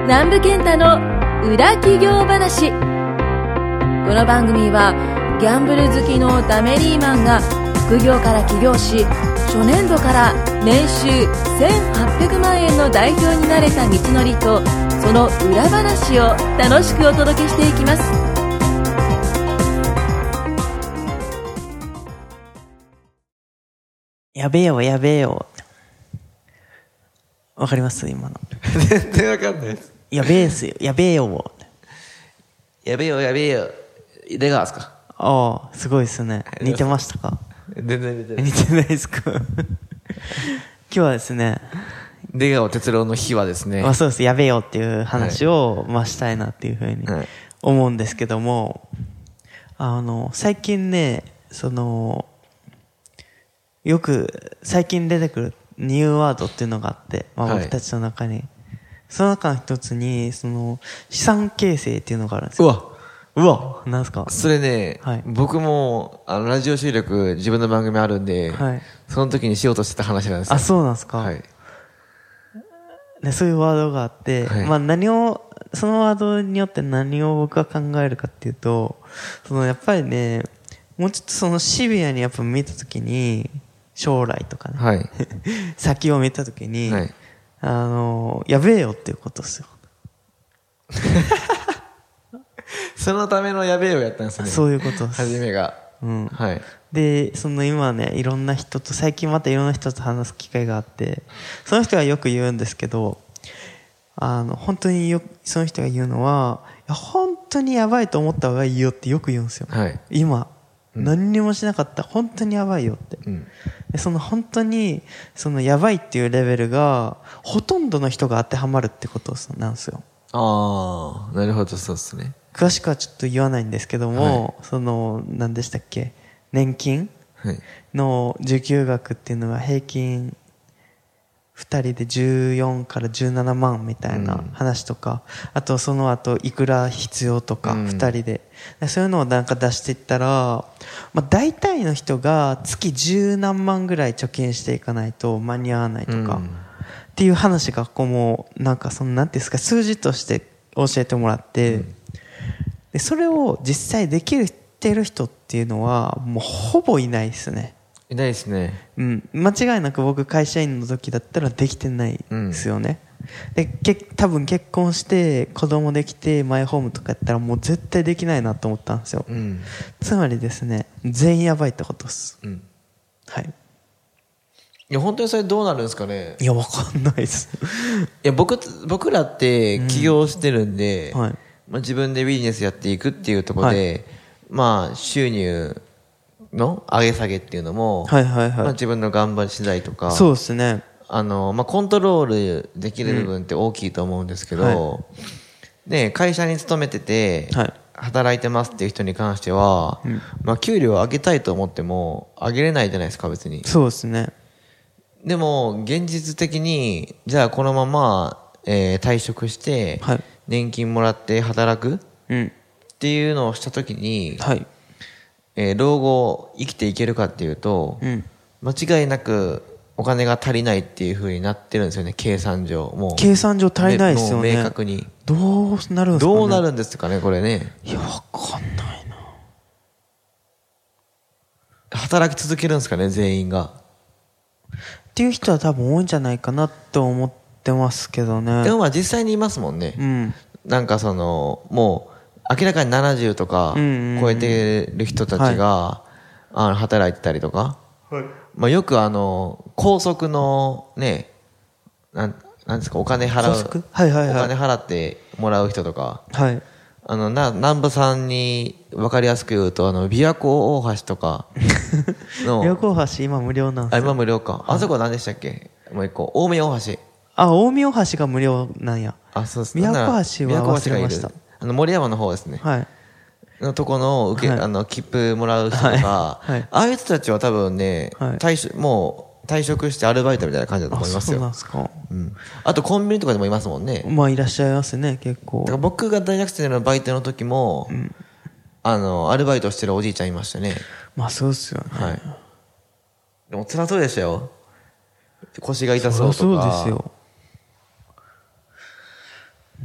南部健太の裏企業話。この番組はギャンブル好きのダメリーマンが副業から起業し、初年度から年収1800万円の代表になれた道のりと、その裏話を楽しくお届けしていきます。 やべえよやべえよ。わかります今の。 全然わかんないです。 やべえっすよ、やべえよ。 やべえよやべえよ。出川ですか？ ああ、すごいですね。似てましたか？ 全然似てない。 似てないですか？今日はですね、 出川哲朗の日はですね、 そうです、やべえよっていう話を、したいなっていうふうに思うんですけども、最近ね、よく最近出てくるニューワードっていうのがあって、僕たちの中に、その中の一つに資産形成っていうのがあるんですよ。うわなんすか？ それね、僕もラジオ収録自分の番組あるんで、その時にしようとしてた話なんですよ。 あ、そうなんですか？はい。で、そういうワードがあって、そのワードによって何を僕が考えるかっていうと、やっぱりね、もうちょっとシビアにやっぱ見た時に、将来とかね、先を見た時に、やべえよっていうことですよ。 そのためのやべえよやったんですね。 そういうことです。 初めが。 で、今ね、最近またいろんな人と話す機会があって、その人がよく言うんですけど、本当にその人が言うのは、本当にやばいと思った方がいいよってよく言うんですよ。今、何にもしなかったら本当にやばいよって。で本当に、やばいっていうレベルが、ほとんどの人が当てはまるってことなんですよ。 ああ、なるほど、そうですね。 詳しくはちょっと言わないんですけども、何でしたっけ、年金の受給額っていうのが平均2人で14から17万みたいな話とか、あとその後いくら必要とか2人で、そういうのをなんか出していったら、大体の人が月10何万ぐらい貯金していかないと間に合わないとか、っていう話がもうなんかなんていうんですか、数字として教えてもらって、でそれを実際できてる人っていうのはもうほぼいないですね。 いないですね。 間違いなく僕会社員の時だったらできてないですよね。で多分結婚して子供できてマイホームとかやったらもう絶対できないなと思ったんですよ。つまりですね、全員やばいってことです。はい。 いや本当にそれどうなるんですかね。 いやわかんないです。 いや僕らって起業してるんで、自分でビジネスやっていくっていうところで、収入の上げ下げっていうのも、自分の頑張り次第とか、 そうですね。 コントロールできる部分って大きいと思うんですけど、会社に勤めてて、働いてますっていう人に関しては、給料を上げたいと思っても上げれないじゃないですか、別に。 そうですね。 でも現実的にじゃあこのまま、退職して、年金もらって働く、っていうのをしたときに、老後生きていけるかっていうと、間違いなくお金が足りないっていう風になってるんですよね、計算上。もう計算上足りないですよね。 もう明確にどうなるんですかね。 どうなるんですかね、これね。 いやわかんないな。 働き続けるんですかね、全員が。 っていう人は多分多いんじゃないかなと思ってますけどね。 でも実際にいますもんね。なんかもう明らかに70とか超えてる人たちが、働いてたりとか、よく高速のね、なんですか、お金払う、お金払ってもらう人とか、南部さんに分かりやすく言うと琵琶湖大橋とかの琵琶湖大橋今無料なんですよ。 今無料か。あそこ何でしたっけ、もう一個大宮大橋。 大宮大橋が無料なんや。 そうです。 琵琶湖橋は忘れました。 森山の方ですね。のとこの切符もらう人とか、ああいう人たちは多分ね、もう退職してアルバイトみたいな感じだと思いますよ。 そうなんですか。 あとコンビニとかでもいますもんね。 いらっしゃいますね、結構。 だから僕が大学生のバイトの時も、アルバイトしてるおじいちゃんいましたね。 そうですよね。 でも辛そうでしたよ。腰が痛そうとか。 そうですよ。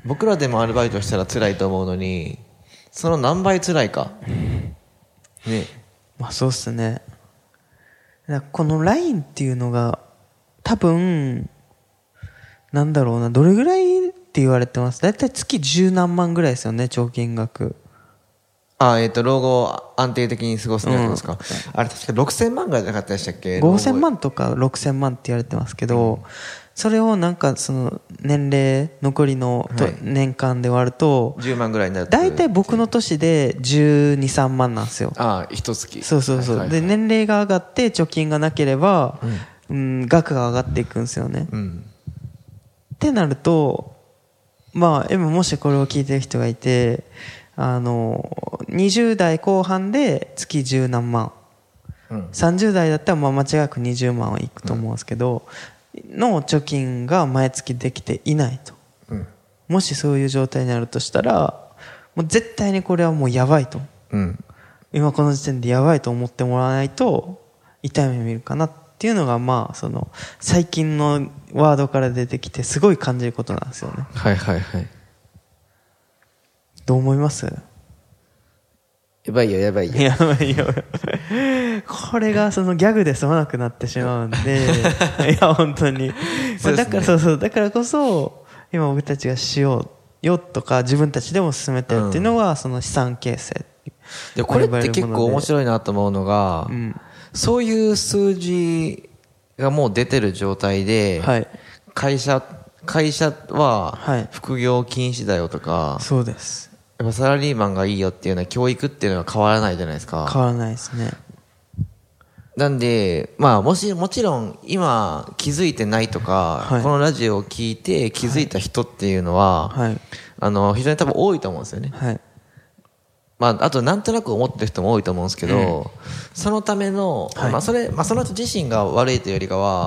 僕らでもアルバイトしたら辛いと思うのに、その何倍辛いか。ね。 まあそうっすね。このラインっていうのが、多分、なんだろうな、どれぐらいって言われてます？だいたい月10何万ぐらいですよね、貯金額。 老後を安定的に過ごすのやつですか、あれ確か6000万ぐらいじゃなかったでしたっけ？ 5000万とか6000万って言われてますけど、それをなんかその年齢、残りの年間で割ると、 10万ぐらいになる。 だいたい僕の年で12、3万なんですよ。 一月。 そうそうそう。で、年齢が上がって貯金がなければ、額が上がっていくんですよね。ってなると、まあ、今もしこれを聞いてる人がいて、20代後半で月10何万、30代だったらまあ間違いなく20万はいくと思うんですけど、の貯金が毎月できていないと、もしそういう状態になるとしたら、もう絶対にこれはもうやばいと、今この時点でやばいと思ってもらわないと痛い目見るかなっていうのが、まあその最近のワードから出てきてすごい感じることなんですよね。 はいはいはい。 どう思います？ やばいよやばいよ。 やばいよ。これがそのギャグで済まなくなってしまうんで、いや本当に。だからだからこそ今僕たちがしようよとか自分たちでも進めてるっていうのがその資産形成。 でこれって結構面白いなと思うのが、そういう数字がもう出てる状態で、会社は副業禁止だよとか、 そうです。 やっぱサラリーマンがいいよっていうのは教育っていうのは変わらないじゃないですか。 変わらないですね。 なんで、まあもちろん今気づいてないとか、このラジオを聞いて気づいた人っていうのは、非常に多分多いと思うんですよね。まあ、あとなんとなく思ってる人も多いと思うんですけど、そのための、その人自身が悪いというよりかは、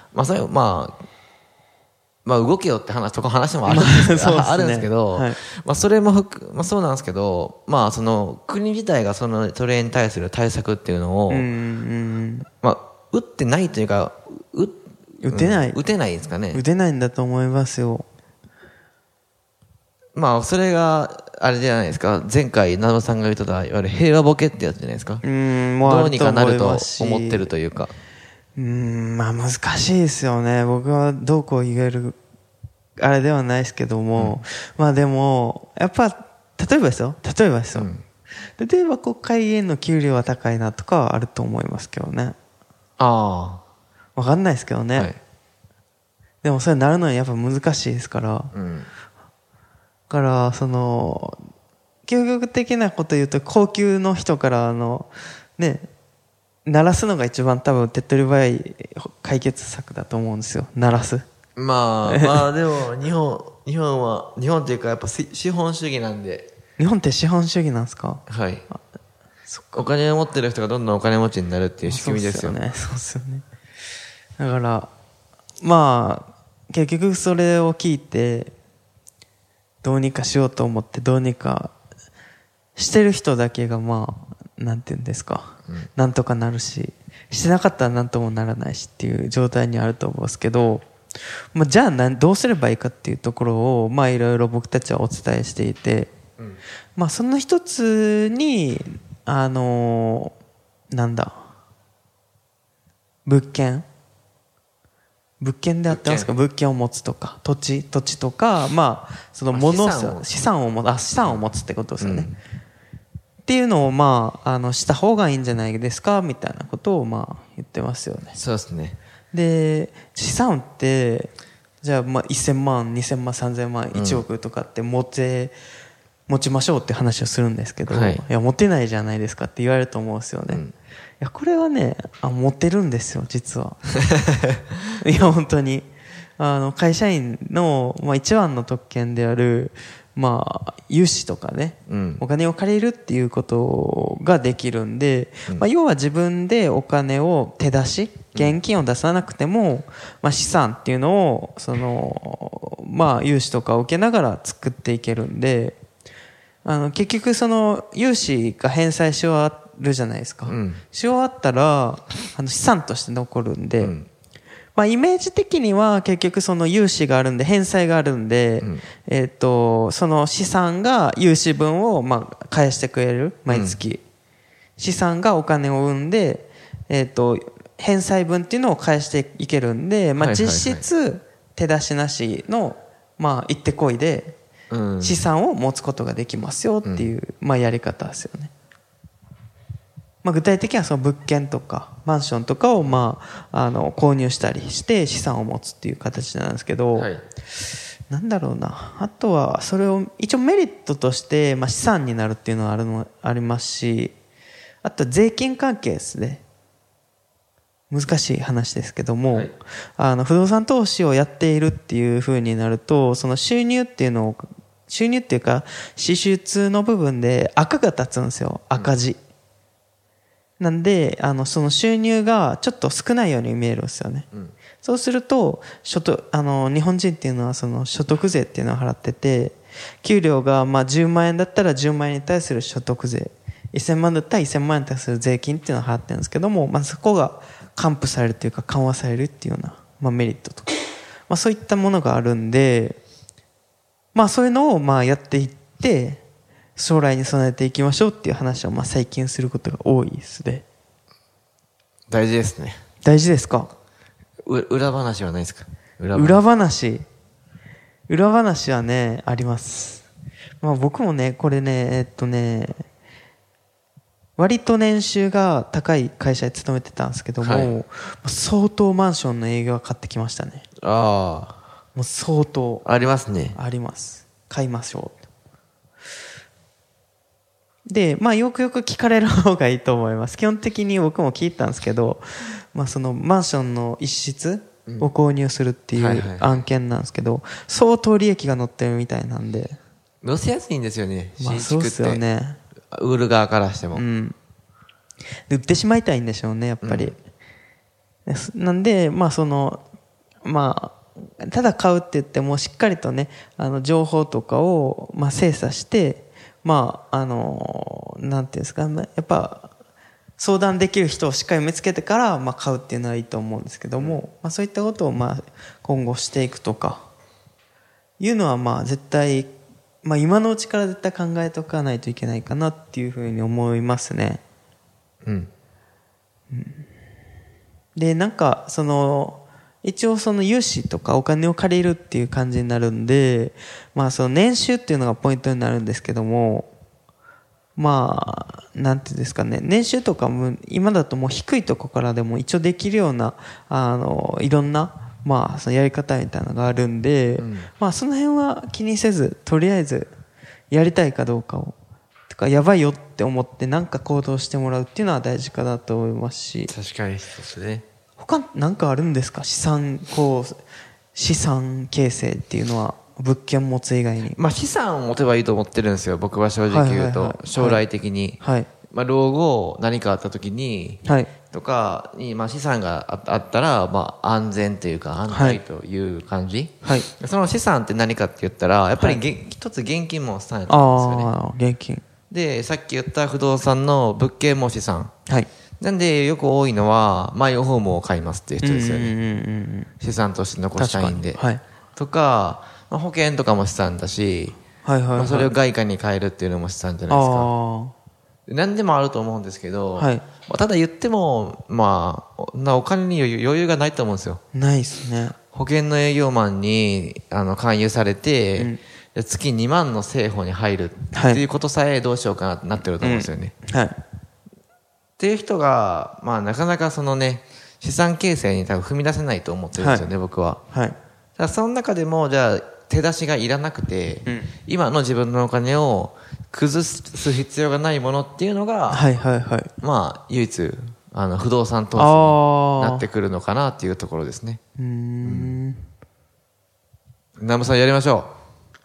動けよって話もあるんですけど、あるんですけど、それもそうなんですけど、その国自体がそれに対する対策っていうのを、打ってないというか、 打てないですかね。 打てないんだと思いますよ。 それが、あれじゃないですか。前回、などさんが言ってた、いわゆる平和ボケってやつじゃないですか。どうにかなると思ってるというか。 難しいですよね。僕はどうこう言える、あれではないですけども。でも、やっぱ、例えば国会議員の給料は高いなとかはあると思いますけどね。わかんないですけどね。でもそれなるのにやっぱ難しいですから。だから、究極的なこと言うと、高級の人から鳴らすのが一番多分手っ取り早い解決策だと思うんですよ。鳴らす。でも日本っていうかやっぱ資本主義なんで。 日本って資本主義なんですか？ はい。お金を持ってる人がどんどんお金持ちになるっていう仕組みですよね。 そうですよね。だから結局それを聞いてどうにかしようと思ってどうにかしてる人だけがなんていうんですか、なんとかなるし、してなかったらなんともならないしっていう状態にあると思うんですけど、じゃあどうすればいいかっていうところをいろいろ僕たちはお伝えしていて、その一つに物件であってますか、物件を持つとか土地とかそのもの資産を持つってことですよね。っていうのをした方がいいんじゃないですかみたいなことを言ってますよね。 そうですね。 で資産ってじゃあ1000万2000万3000万1億とかって持ちましょうって話をするんですけど、いや持てないじゃないですかって言われると思うんですよね。いやこれはね持てるんですよ実は。いや本当に会社員の一番の特権である融資とかね、お金を借りるっていうことができるんで、要は自分でお金を手出し現金を出さなくても、資産っていうのを融資とかを受けながら作っていけるんで、結局その融資が返済し終わるじゃないですか、し終わったら資産として残るんで、 まあ、イメージ的には結局その融資があるんで、返済があるんで、その資産が融資分をまあ返してくれる、毎月。資産がお金を生んで、返済分っていうのを返していけるんで、まあ、実質手出しなしの、まあ、行ってこいで、資産を持つことができますよっていう、まあ、やり方ですよね。まあ、具体的にはその物件とかマンションとかをまあ購入したりして資産を持つっていう形なんですけど、はい、なんだろうな、あとはそれを一応メリットとしてまあ資産になるっていうのはありますし、あと税金関係ですね。難しい話ですけども、はい、不動産投資をやっているっていう風になると、その収入っていうか支出の部分で赤が立つんですよ。赤字。なんで、その収入がちょっと少ないように見えるんですよね。そうすると、日本人っていうのはその所得税っていうのを払ってて、給料がまあ10万円だったら10万円に対する所得税、1000万だったら1000万円に対する税金っていうのを払ってるんですけども、まあそこが還付されるというか緩和されるっていうような、まあメリットとか、まあそういったものがあるんで、まあそういうのをまあやっていって、将来に備えていきましょうっていう話をまあ最近することが多いですね。 大事ですね。 大事ですか？ 裏話はないですか？ 裏話はね、あります。まあ僕もね、これね、割と年収が高い会社に勤めてたんですけども、はい、相当マンションの営業が買ってきましたね。 ああ。 もう相当。 ありますね。 あります。買いましょう。で、まあよくよく聞かれる方がいいと思います。基本的に僕も聞いたんですけど、まあそのマンションの一室を購入するっていう案件なんですけど、相当利益が乗ってるみたいなんで。 乗せやすいんですよね。 まあそうですよね。 売る側からしても。 で売ってしまいたいんでしょうね、やっぱり。なんで、まあただ買うって言ってもしっかりとね、情報とかをまあ精査して、まあなんていうんですか、やっぱ相談できる人をしっかり見つけてからまあ買うっていうのはいいと思うんですけども、まあそういったことをまあ今後していくとかいうのはまあ絶対、まあ今のうちから絶対考えておかないといけないかなっていうふうに思いますね。で、なんか一応その融資とかお金を借りるっていう感じになるんで、まあその年収っていうのがポイントになるんですけども、まあ、なんていうんですかね、年収とかも今だともう低いとこからでも一応できるような、いろんな、まあそのやり方みたいなのがあるんで、まあその辺は気にせず、とりあえずやりたいかどうかを、とかやばいよって思ってなんか行動してもらうっていうのは大事かなと思いますし。 確かにですね。 他なんかあるんですか？資産形成っていうのは物件持つ以外に。 まあ資産を持てばいいと思ってるんですよ、僕は正直言うと。将来的に。 はい。 まあ老後何かあった時に、はい。とかに、まあ資産があったら、まあ安全というか安泰という感じ。はい。その資産って何かって言ったら、やっぱり一つ現金も資産やと思うんですよね。 ああ、現金。 で、さっき言った不動産の物件も資産。 はい。 なんでよく多いのはマイホームを買いますっていう人ですよね。資産として残したいんで。はい。とか、まあ、保険とかも資産だし、はいはいはい、まあ、それを外貨に変えるっていうのも資産じゃないですか。何でもあると思うんですけど、はい、まあ、ただ言っても、まあ、お金に余裕がないと思うんですよ。 ないですね。 保険の営業マンに勧誘されて、月2万の生保に入るっていうことさえどうしようかなってなってると思うんですよね。はい。っていう人が、まあなかなかそのね、資産形成に多分踏み出せないと思ってるんですよね、僕は。はい。だからその中でも、じゃあ手出しがいらなくて、今の自分のお金を崩す必要がないものっていうのが、はいはいはい。まあ唯一、不動産投資になってくるのかなっていうところですね。南部さんやりましょう。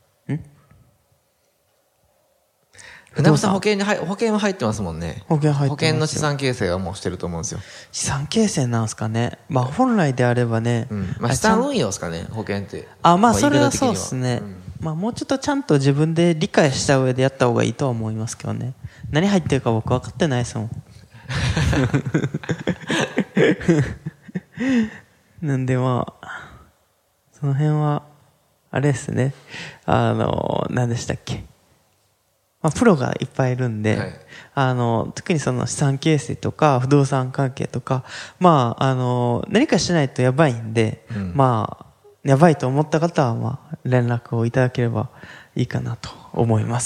船山さん保険は入ってますもんね。 保険の資産形成はもうしてると思うんですよ。 資産形成なんですかね。まあ本来であればね。 まあ資産運用ですかね、保険って。 まあそれはそうですね。まあもうちょっとちゃんと自分で理解した上でやった方がいいとは思いますけどね。何入ってるか僕分かってないですもん。 なんでまあ、その辺は、あれですね。何でしたっけ。まあ、プロがいっぱいいるんで、はい、特にその資産形成とか不動産関係とか、まあ、何かしないとやばいんで、まあ、やばいと思った方は、まあ、連絡をいただければいいかなと思います。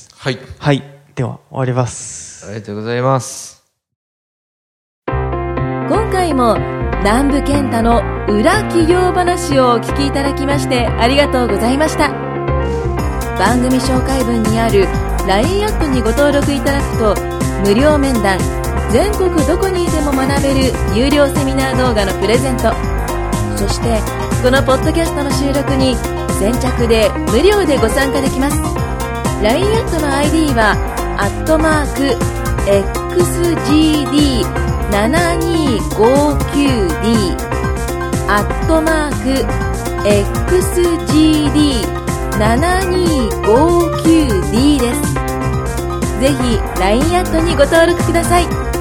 はい。 はい。では、終わります。 ありがとうございます。 今回も、南部健太の裏企業話をお聞きいただきましてありがとうございました。番組紹介文にある LINE アットにご登録いただくと無料面談、全国どこにいても学べる有料セミナー動画のプレゼント、そしてこのポッドキャストの収録に先着で無料でご参加できます。 LINE アットの ID は@XGD7259D @XGD7259D です。ぜひ LINE アットにご登録ください。